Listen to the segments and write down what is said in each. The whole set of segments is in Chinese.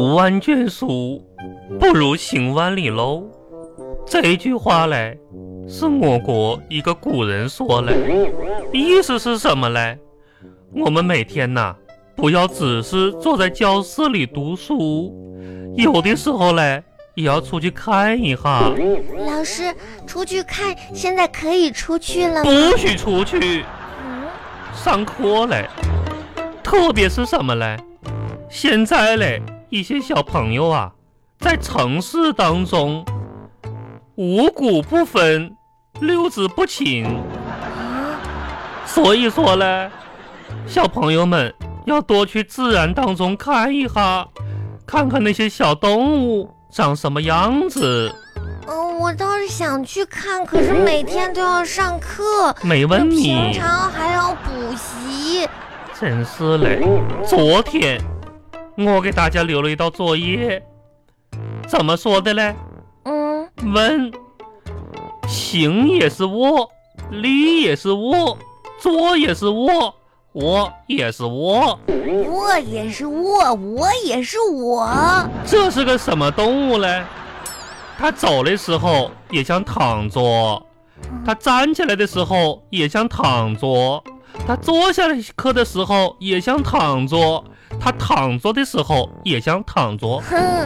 读万卷书，不如行万里路。这一句话嘞，是我国一个古人说嘞，意思是什么嘞？我们每天不要只是坐在教室里读书，有的时候嘞，也要出去看一下。 老师，出去看，现在可以出去了吗？ 不许出去。上课嘞，特别是什么嘞？现在嘞，一些小朋友在城市当中五谷不分，六子不勤，所以说嘞，小朋友们要多去自然当中看一下，看看那些小动物长什么样子。 我倒是想去看，可是每天都要上课， 没问你， 平常还要补习。 真是嘞，昨天我给大家留了一道作业，怎么说的嘞？问行也是卧，立也是卧，坐也是卧，我也是我， 我也是我，我也是我。 这是个什么动物嘞？它走的时候也像躺着，它站起来的时候也像躺着，它坐下来课的时候也像躺着，它躺着的时候也像躺着。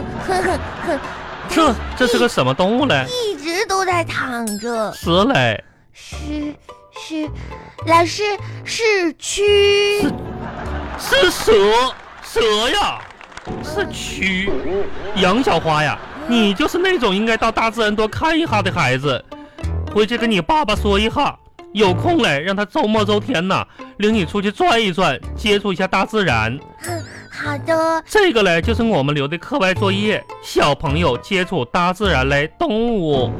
这是个什么动物嘞？ 一直都在躺着。 是嘞。 是，老师，是蛆。 是蛇呀，是蛆。杨小花呀，你就是那种应该到大自然多看一下的孩子，回去跟你爸爸说一下，有空嘞，让他周末周天领你出去转一转，接触一下大自然。 好的。这个嘞就是我们留的课外作业，小朋友接触大自然类动物。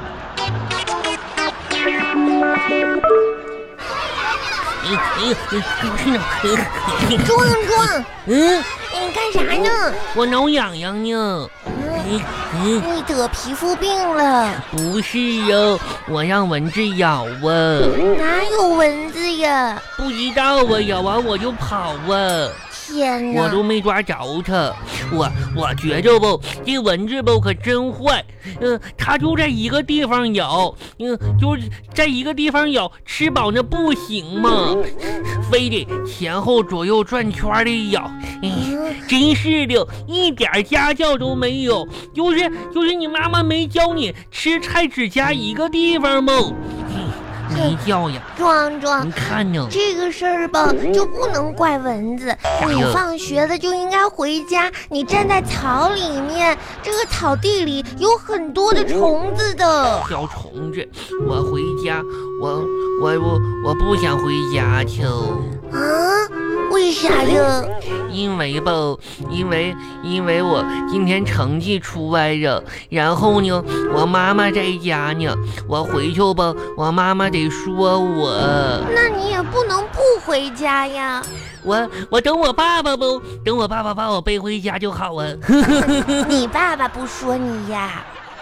壮，你干啥呢？ 我挠痒痒呢。 你得皮肤病了？ 不是哟，我让蚊子咬啊。 哪有蚊子呀？ 不知道啊，咬完我就跑啊。 天哪， 我都没抓着它。我觉着不，这蚊子不可真坏。它就在一个地方咬，就在一个地方咬，吃饱那不行吗？非得前后左右转圈的咬。真是的，一点家教都没有。就是你妈妈没教你吃菜只夹一个地方吗？没教呀。 壮， 你看呢？ 这个事儿吧，就不能怪蚊子。你放学了就应该回家，你站在草里面，这个草地里有很多的虫子的。 小虫子，我回家，我不想回家去。 为啥呀？ 因为我今天成绩出来了，然后呢，我妈妈在家呢，我回去吧，我妈妈得说我。 那你也不能不回家呀。 我等我爸爸不，等我爸爸把我背回家就好啊。 你爸爸不说你呀？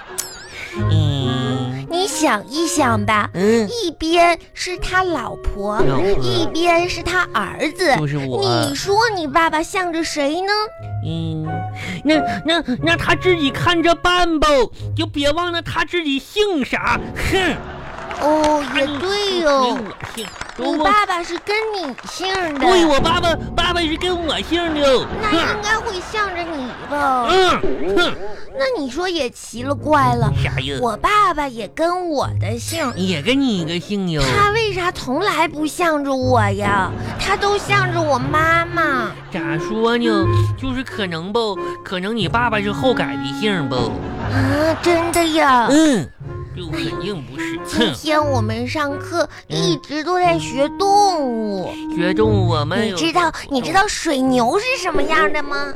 你想一想吧，一边是他老婆，一边是他儿子， 就是我。 你说你爸爸向着谁呢？ 那他自己看着办吧，就别忘了他自己姓啥。哼。 也对哟。你爸爸是跟你姓的。 对，我爸爸是跟我姓的。 那应该会向着你吧？那你说也奇了怪了。 啥呀？ 我爸爸也跟我的姓， 也跟你一个姓哟。 他为啥从来不向着我呀？他都向着我妈妈。 咋说呢？就是可能你爸爸是后改的姓吧？ 真的呀？ 就肯定不是。 今天我们上课一直都在学动物。 学动物我们你知道水牛是什么样的吗？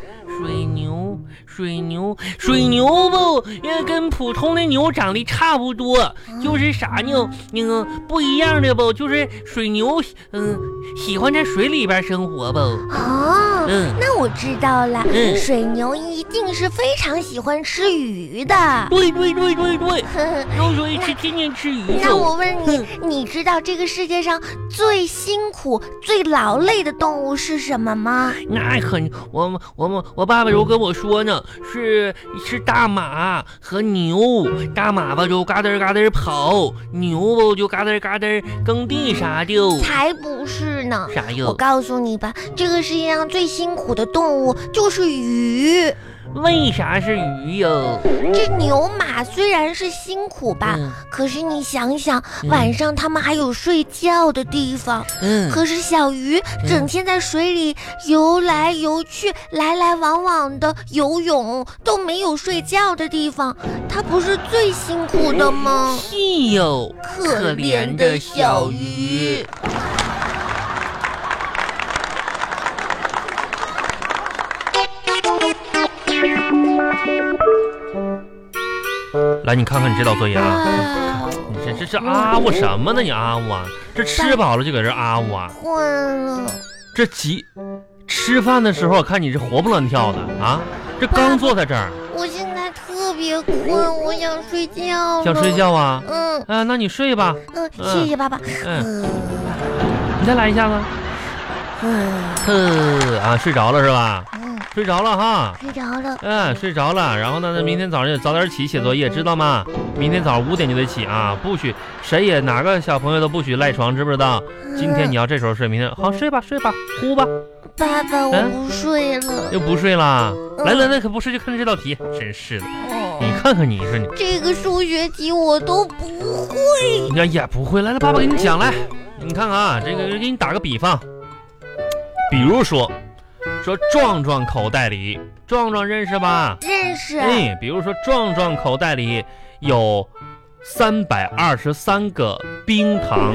水牛不也跟普通的牛长得差不多，就是啥呢？那个不一样的不，就是水牛喜欢在水里边生活不？ 那我知道了。水牛一定是非常喜欢吃鱼的。 对，有水吃，天天吃鱼。 那我问你，你知道这个世界上最辛苦、最劳累的动物是什么吗？ 那我爸爸如果跟我说呢，是大马和牛，大马吧就嘎噔嘎噔跑，牛吧就嘎噔嘎噔耕地啥的。 才不是呢！ 啥哟？ 我告诉你吧，这个世界上最辛苦的动物就是鱼。 为啥是鱼哟？ 这牛马虽然是辛苦吧，可是你想想，晚上它们还有睡觉的地方。可是小鱼整天在水里游来游去，来来往往的游泳，都没有睡觉的地方，它不是最辛苦的吗？ 是哟， 可怜的小鱼。 来，你看看你这道作业啊！你这是啊呜什么呢？你啊呜啊！这吃饱了就搁这啊呜啊！ 困了。 这吃饭的时候，我看你这活蹦乱跳的啊！这刚坐在这儿。 我现在特别困，我想睡觉。 想睡觉啊？那你睡吧。 谢谢爸爸。 你再来一下子。睡着了是吧？睡着了哈， 睡着了， 睡着了。然后呢，明天早上早点起写作业，知道吗？明天早上5点就得起啊，不许谁也哪个小朋友都不许赖床，知不知道？今天你要这时候睡，明天好睡吧，呼吧。 爸爸，我不睡了， 又不睡啦？来，那可不睡就看这道题，真是的。你看看你说你这个数学题我都不会， 也不会。来，爸爸给你讲来，你看啊，这个给你打个比方，比如说壮壮口袋里，壮壮认识吧？ 认识。 比如说壮壮口袋里有323个冰糖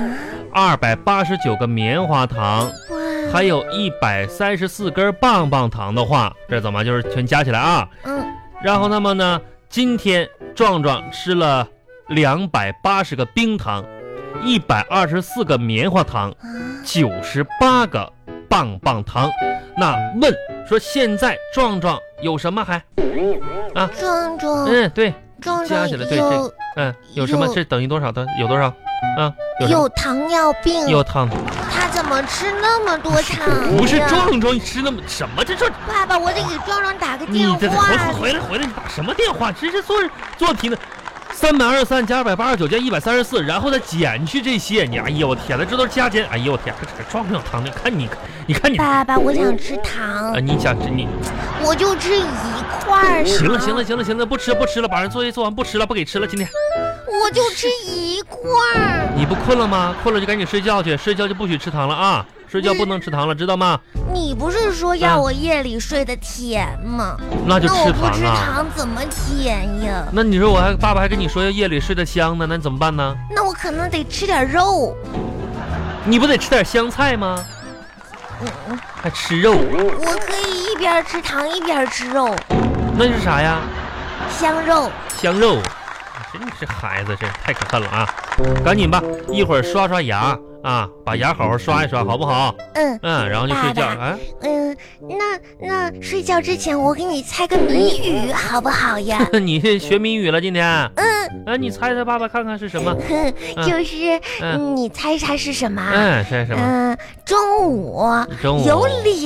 ，289个棉花糖，还有134根棒棒糖的话，这怎么就是全加起来啊？然后那么呢，今天壮壮吃了280个冰糖，124个棉花糖，98个棒棒糖。那问说现在壮壮有什么还啊？ 壮壮， 对， 壮加起来对这有什么？这等于多少的？有多少啊？ 有糖尿病。 有糖。 他怎么吃那么多糖？ 不是壮壮吃那么什么？这爸爸，我得给壮壮打个电话。 你这回来，你打什么电话？这是做题呢。323加289加134，然后再减去这些。你哎呦我天哪，这都是加减。哎呦我天，这壮不了糖的。你看你。 爸爸，我想吃糖。 你想吃你？ 我就吃1块。 行了，不吃了，把人作业做完不吃了，不给吃了。今天我就吃1块。 你不困了吗？困了就赶紧睡觉去，睡觉就不许吃糖了啊！睡觉不能吃糖了，知道吗？ 你不是说要我夜里睡得甜吗？ 那就吃糖啊！ 那我不吃糖怎么甜呀？ 那你说爸爸还跟你说要夜里睡得香呢，那你怎么办呢？ 那我可能得吃点肉。 你不得吃点香菜吗？还吃肉？ 我可以一边吃糖一边吃肉。 那是啥呀？ 香肉。 真是孩子，这太可恨了啊！赶紧吧，一会儿刷刷牙啊，把牙好好刷一刷，好不好？然后就睡觉啊。 那睡觉之前我给你猜个谜语好不好呀？ 你学谜语了今天？你猜猜爸爸看看是什么？ 就是你猜是什么？ 猜什么？ 中午有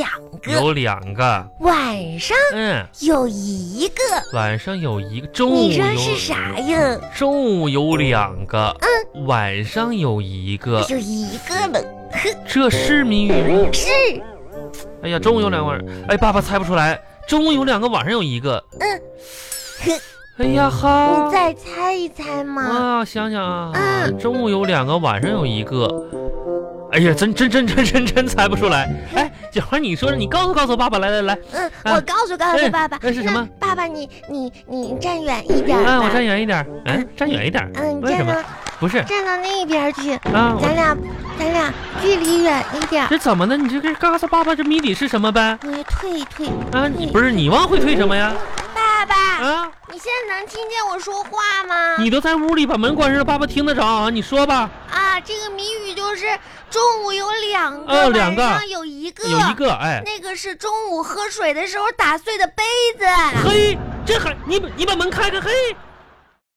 2个，晚上有1个， 中午你说是啥呀？ 中午有2个，晚上有1个， 就1个了。 这是谜语吗？ 是。 哎呀，中午有2个，哎，爸爸猜不出来。中午有2个，晚上有1个。哎呀哈！ 你再猜一猜嘛。 想想啊，中午有2个，晚上有1个。哎呀，真猜不出来。哎，小花，你说，你告诉爸爸，来。 我告诉爸爸。 那是什么？ 爸爸，你站远一点。 我站远一点。站远一点。为什么？不是站到那边去啊！咱俩距离远一点。 这怎么呢？你这个告诉爸爸，这谜底是什么呗？ 你退啊！你不是你往回退什么呀？ 爸爸啊！ 你现在能听见我说话吗？ 你都在屋里把门关上，爸爸听得着啊！你说吧。 这个谜语就是中午有2个，晚上有1个， 哎， 那个是中午喝水的时候打碎的杯子。 嘿，这还你把门开开，嘿。